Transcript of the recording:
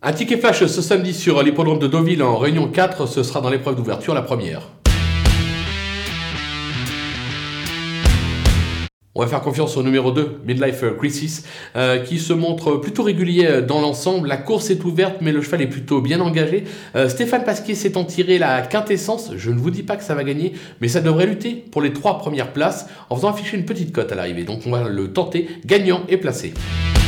Un ticket flash ce samedi sur l'hippodrome de Deauville en Réunion 4, ce sera dans l'épreuve d'ouverture, la première. On va faire confiance au numéro 2, Midlife Crisis, qui se montre plutôt régulier dans l'ensemble. La course est ouverte, mais le cheval est plutôt bien engagé. Stéphane Pasquier s'est en tiré la quintessence. Je ne vous dis pas que ça va gagner, mais ça devrait lutter pour les 3 premières places en faisant afficher une petite cote à l'arrivée. Donc on va le tenter, gagnant et placé.